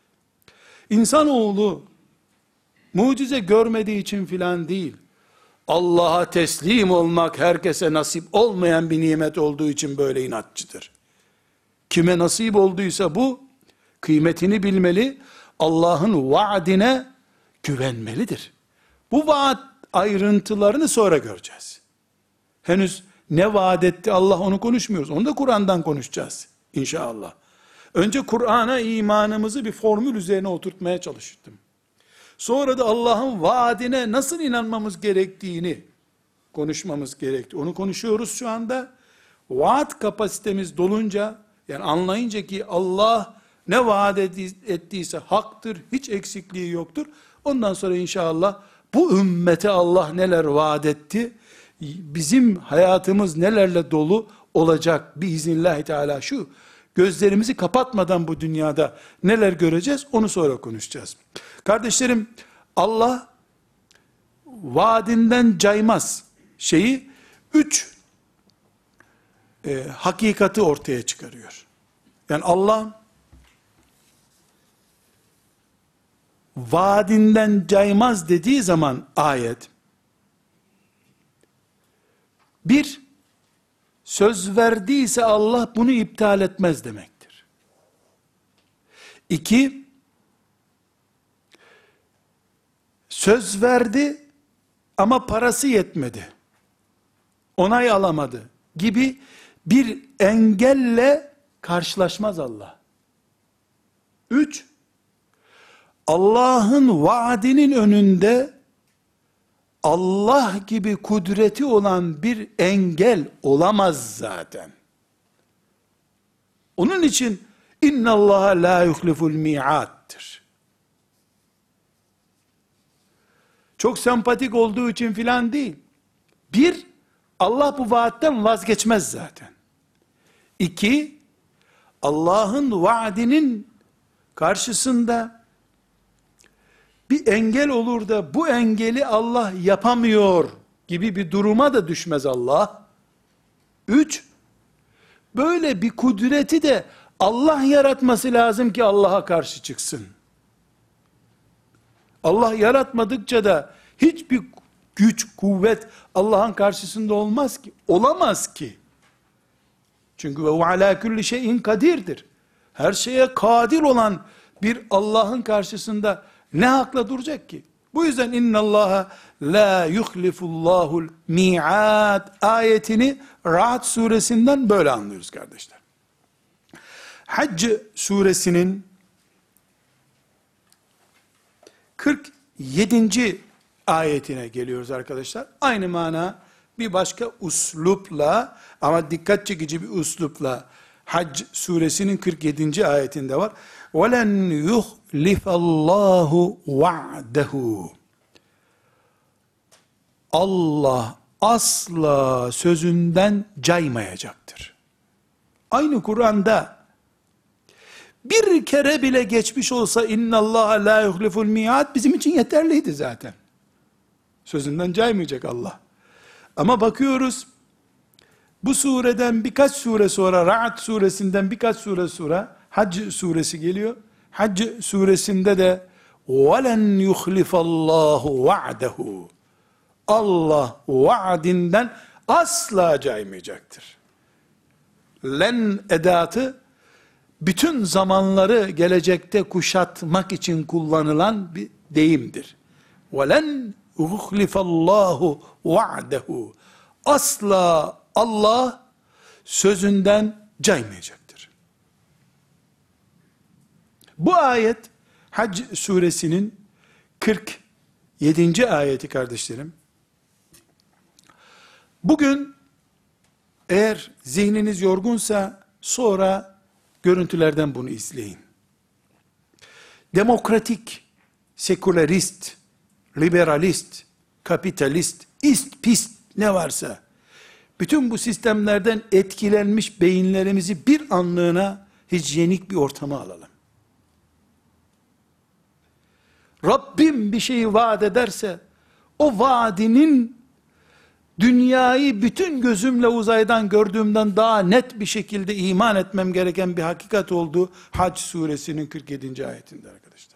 İnsanoğlu mucize görmediği için filan değil. Allah'a teslim olmak herkese nasip olmayan bir nimet olduğu için böyle inatçıdır. Kime nasip olduysa bu kıymetini bilmeli, Allah'ın vaadine güvenmelidir. Bu vaat ayrıntılarını sonra göreceğiz. Henüz ne vaat etti Allah, onu konuşmuyoruz. Onu da Kur'an'dan konuşacağız inşallah. Önce Kur'an'a imanımızı bir formül üzerine oturtmaya çalıştım. Sonra da Allah'ın vaadine nasıl inanmamız gerektiğini konuşmamız gerekti. Onu konuşuyoruz şu anda. Vaat kapasitemiz dolunca, yani anlayınca ki Allah ne vaat ettiyse haktır, hiç eksikliği yoktur. Ondan sonra inşallah bu ümmete Allah neler vaat etti, bizim hayatımız nelerle dolu olacak biiznillahü teala, şu gözlerimizi kapatmadan bu dünyada neler göreceğiz, onu sonra konuşacağız. Kardeşlerim, Allah vaadinden caymaz şeyi 3 hakikati ortaya çıkarıyor. Yani Allah vaadinden caymaz dediği zaman ayet, bir, söz verdiyse Allah bunu iptal etmez demektir. 2, söz verdi ama parası yetmedi, onay alamadı gibi bir engelle karşılaşmaz Allah. 3, Allah'ın vaadinin önünde Allah gibi kudreti olan bir engel olamaz zaten. Onun için inna Allaha la yuhliful mi'at'tır. Çok sempatik olduğu için filan değil. Bir, Allah bu vaatten vazgeçmez zaten. 2, Allah'ın vaadinin karşısında bir engel olur da bu engeli Allah yapamıyor gibi bir duruma da düşmez Allah. 3, böyle bir kudreti de Allah yaratması lazım ki Allah'a karşı çıksın. Allah yaratmadıkça da hiçbir güç, kuvvet Allah'ın karşısında olmaz ki. Olamaz ki. Çünkü ve ala kulli şeyin kadirdir. Her şeye kadir olan bir Allah'ın karşısında ne hakla duracak ki? Bu yüzden innallaha la yuhlifullahul mi'ad ayetini Ra'd suresinden böyle anlıyoruz kardeşler. Hac suresinin 47. ayetine geliyoruz arkadaşlar. Aynı mana bir başka uslupla ama dikkat çekici bir uslupla Hac suresinin 47. ayetinde var. وَلَنْ يُخْلِفَ اللّٰهُ وَعْدَهُ Allah asla sözünden caymayacaktır. Aynı Kur'an'da bir kere bile geçmiş olsa inna Allah la yuhliful mi'ad bizim için yeterliydi zaten. Sözünden caymayacak Allah. Ama bakıyoruz bu sureden birkaç sure sonra Ra'd suresinden birkaç sure sonra Hac suresi geliyor. Hac suresinde de وَلَنْ يُخْلِفَ اللّٰهُ وَعْدَهُ Allah vaadinden asla caymayacaktır. Len edatı bütün zamanları gelecekte kuşatmak için kullanılan bir deyimdir. وَلَنْ يُخْلِفَ اللّٰهُ وَعْدَهُ asla Allah sözünden caymayacaktır. Bu ayet Hac suresinin 47. ayeti kardeşlerim. Bugün eğer zihniniz yorgunsa sonra görüntülerden bunu izleyin. Demokratik, sekülerist, liberalist, kapitalist, pist ne varsa bütün bu sistemlerden etkilenmiş beyinlerimizi bir anlığına hijyenik bir ortama alalım. Rabbim bir şeyi vaat ederse o vaadinin dünyayı bütün gözümle uzaydan gördüğümden daha net bir şekilde iman etmem gereken bir hakikat olduğu Hac suresinin 47. ayetinde arkadaşlar.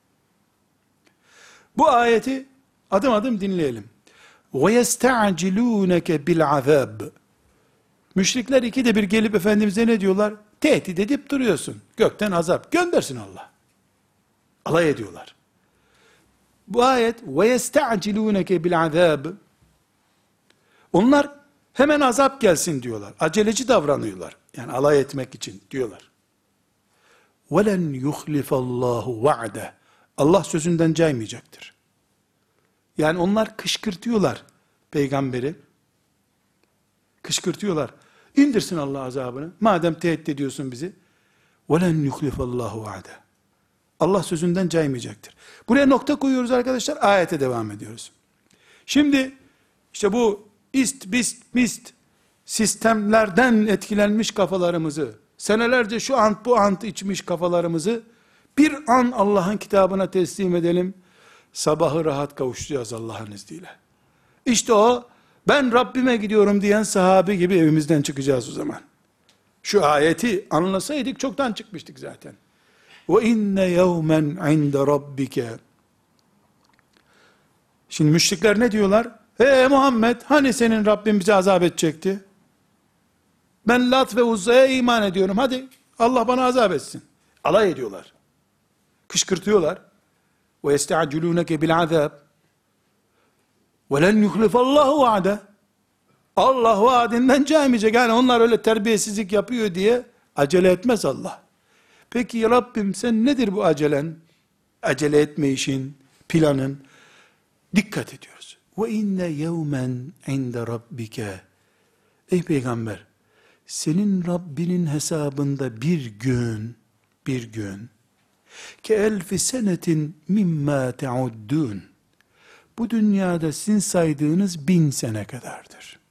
Bu ayeti adım adım dinleyelim. وَيَسْتَعْجِلُونَكَ بِالْعَذَابِ Müşrikler ikide bir gelip Efendimiz'e ne diyorlar? Tehdit edip duruyorsun. Gökten azap göndersin Allah. Alay ediyorlar. Bu ayet وَيَسْتَعْجِلُونَكَ بِالْعَذَابِ Onlar hemen azap gelsin diyorlar. Aceleci davranıyorlar. Yani alay etmek için diyorlar. وَلَنْ يُخْلِفَ اللّٰهُ وَعْدَهُ Allah sözünden caymayacaktır. Yani onlar kışkırtıyorlar peygamberi. Kışkırtıyorlar. İndirsin Allah azabını. Madem tehdit ediyorsun bizi. وَلَنْ يُخْلِفَ اللّٰهُ وَعْدَهُ Allah sözünden caymayacaktır. Buraya nokta koyuyoruz arkadaşlar. Ayete devam ediyoruz. Şimdi işte bu mist sistemlerden etkilenmiş kafalarımızı, senelerce şu ant bu ant içmiş kafalarımızı bir an Allah'ın kitabına teslim edelim. sabahı rahat kavuşacağız Allah'ın izniyle. İşte o, ben Rabbime gidiyorum diyen sahabi gibi evimizden çıkacağız o zaman. Şu ayeti anlasaydık çoktan çıkmıştık zaten. Ve inne yevmen inde rabbike. Şimdi müşrikler ne diyorlar? Muhammed, hani senin Rabbin bize azap edecekti? Ben Lat ve Uzza'ya iman ediyorum. Hadi Allah bana azap etsin. Alay ediyorlar. Kışkırtıyorlar. Ve yesta'cilûneke bil azab. Ve len yuhlifallahu vaade. Allah vaadinden caymeyecek. Yani onlar öyle terbiyesizlik yapıyor diye acele etmez Allah. Peki Rabbim sen nedir bu acelen? Acele etme işin, planın. Dikkat ediyoruz. Ve inne yevmen inde rabbike. Ey peygamber, senin Rabbinin hesabında bir gün, ke elfi senetin mimma te'uddun. Bu dünyada sizin saydığınız 1000 sene kadardır.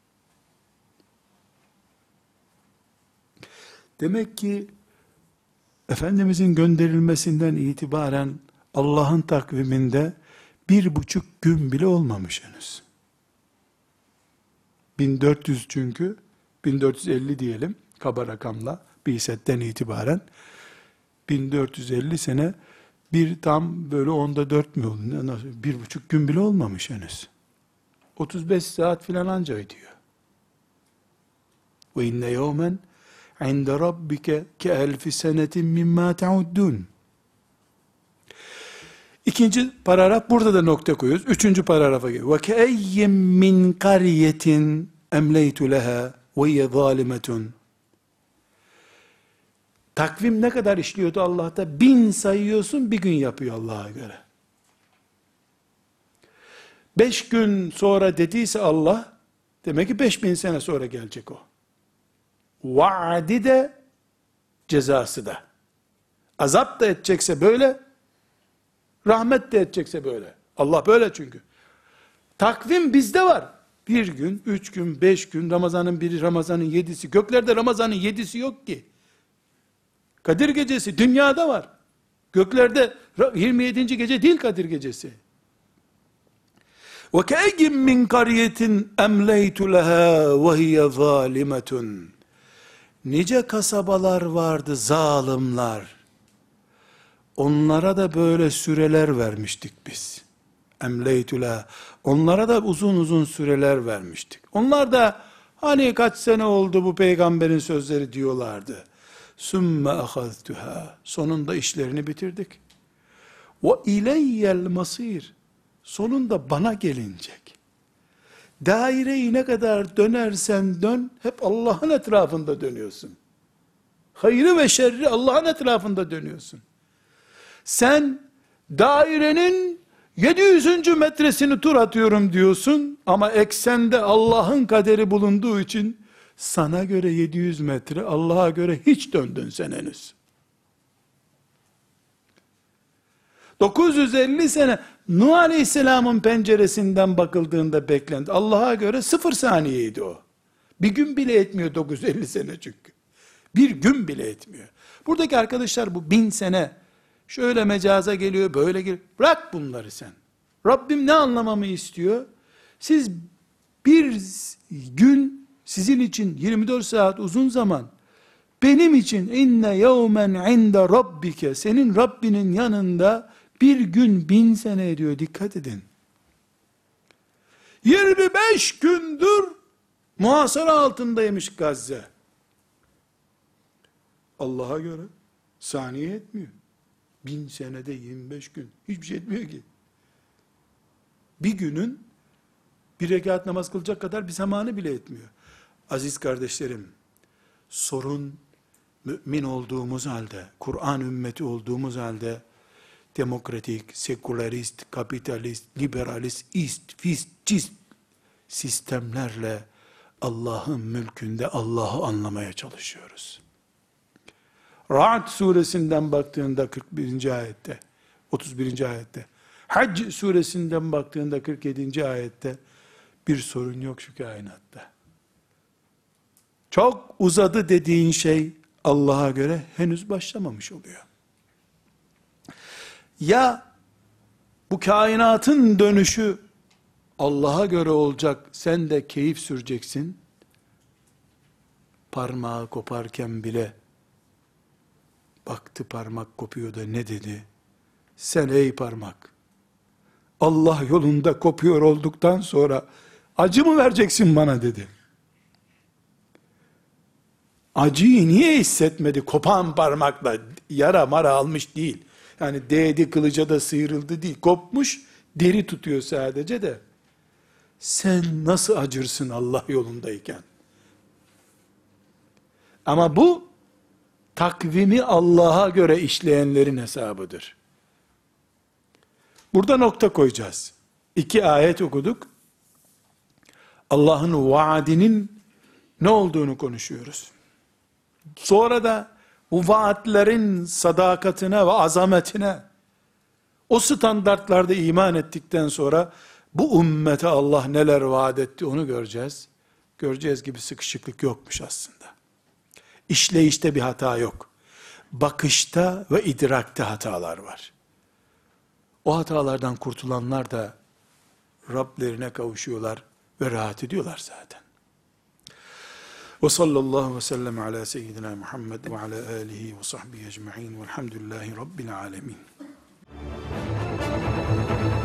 Demek ki, Efendimizin gönderilmesinden itibaren Allah'ın takviminde 1,5 gün bile olmamış henüz. 1400 çünkü, 1450 diyelim, kaba rakamla, Bi'setten itibaren, 1450 sene, bir tam böyle 4 mü oldu? 1,5 gün bile olmamış henüz. 35 saat filan anca ediyor. Ve inne yevmen inde rabbike ke elfi senetin mimma te'uddun. İkinci paragraf, burada da nokta koyuyoruz. Üçüncü paragrafa geliyor. Ve ke'eyyim min kariyetin emleytu leha ve hiye zalimetun. Takvim ne kadar işliyordu Allah'ta? 1000 sayıyorsun, bir gün yapıyor Allah'a göre. 5 gün sonra dediyse Allah, demek ki 5000 sene sonra gelecek o. Vaadi de, cezası da. Azap da edecekse böyle, rahmet de edecekse böyle. Allah böyle çünkü. Takvim bizde var. 1 gün, 3 gün, 5 gün, Ramazan'ın 1'i, Ramazan'ın 7'si. Göklerde Ramazan'ın 7'si yok ki. Kadir gecesi dünyada var. Göklerde 27. gece değil Kadir gecesi. وَكَاَيِّمْ مِنْ قَرْيَةٍ اَمْلَيْتُ لَهَا وَهِيَ ظَالِمَةٌ. Nice kasabalar vardı zalimler. Onlara da böyle süreler vermiştik biz. اَمْلَيْتُ لَهَا. Onlara da uzun uzun süreler vermiştik. Onlar da hani kaç sene oldu bu peygamberin sözleri diyorlardı. Sümme ahaztuha. Sonunda işlerini bitirdik. Ve ileyyel masir. Sonunda bana gelinecek. Daireyi ne kadar dönersen dön, hep Allah'ın etrafında dönüyorsun. Hayrı ve şerri Allah'ın etrafında dönüyorsun. Sen dairenin 700. metresini tur atıyorum diyorsun, ama eksende Allah'ın kaderi bulunduğu için, sana göre 700 metre, Allah'a göre hiç döndün sen henüz. 950 sene Nuh Aleyhisselam'ın penceresinden bakıldığında beklenti. Allah'a göre 0 saniyeydi o. Bir gün bile etmiyor 950 sene çünkü. Bir gün bile etmiyor. Buradaki arkadaşlar bu 1000 sene şöyle mecaza geliyor, böyle geliyor. Bırak bunları sen. Rabbim ne anlamamı istiyor? Siz bir gün sizin için 24 saat uzun zaman, benim için inne yevmen inde rabbike, senin Rabbinin yanında bir gün 1000 sene ediyor, dikkat edin. 25 gündür muhasara altındaymış Gazze. Allah'a göre saniye etmiyor. 1000 senede 25 gün. Hiçbir şey etmiyor ki. Bir günün bir rekat namaz kılacak kadar bir zamanı bile etmiyor. Aziz kardeşlerim, sorun mümin olduğumuz halde, Kur'an ümmeti olduğumuz halde, demokratik, sekülerist, kapitalist, liberalist, fist sistemlerle Allah'ın mülkünde Allah'ı anlamaya çalışıyoruz. Ra'd suresinden baktığında 41. ayette, 31. ayette, Hac suresinden baktığında 47. ayette bir sorun yok şu kainatta. Çok uzadı dediğin şey Allah'a göre henüz başlamamış oluyor. Ya Bu kainatın dönüşü Allah'a göre olacak. Sen de keyif süreceksin. Parmağı koparken bile baktı parmak kopuyor da ne dedi? Sen ey parmak, Allah yolunda kopuyor olduktan sonra acı mı vereceksin bana dedi. Acıyı niye hissetmedi? Kopan parmakla yara mara almış değil. Yani değdi kılıca da sıyrıldı değil. Kopmuş, deri tutuyor sadece de. Sen nasıl acırsın Allah yolundayken? Ama bu takvimi Allah'a göre işleyenlerin hesabıdır. Burada nokta koyacağız. 2 ayet okuduk. Allah'ın vaadinin ne olduğunu konuşuyoruz. Sonra da bu vaatlerin sadakatine ve azametine, o standartlarda iman ettikten sonra bu ümmete Allah neler vaat etti onu göreceğiz. Göreceğiz gibi sıkışıklık yokmuş aslında. İşleyişte bir hata yok. Bakışta ve idrakte hatalar var. O hatalardan kurtulanlar da Rablerine kavuşuyorlar ve rahat ediyorlar zaten. Ve sallallahu ve sellem ala seyyidina Muhammed ve ala alihi ve sahbihi ecma'in velhamdülillahi rabbil alemin.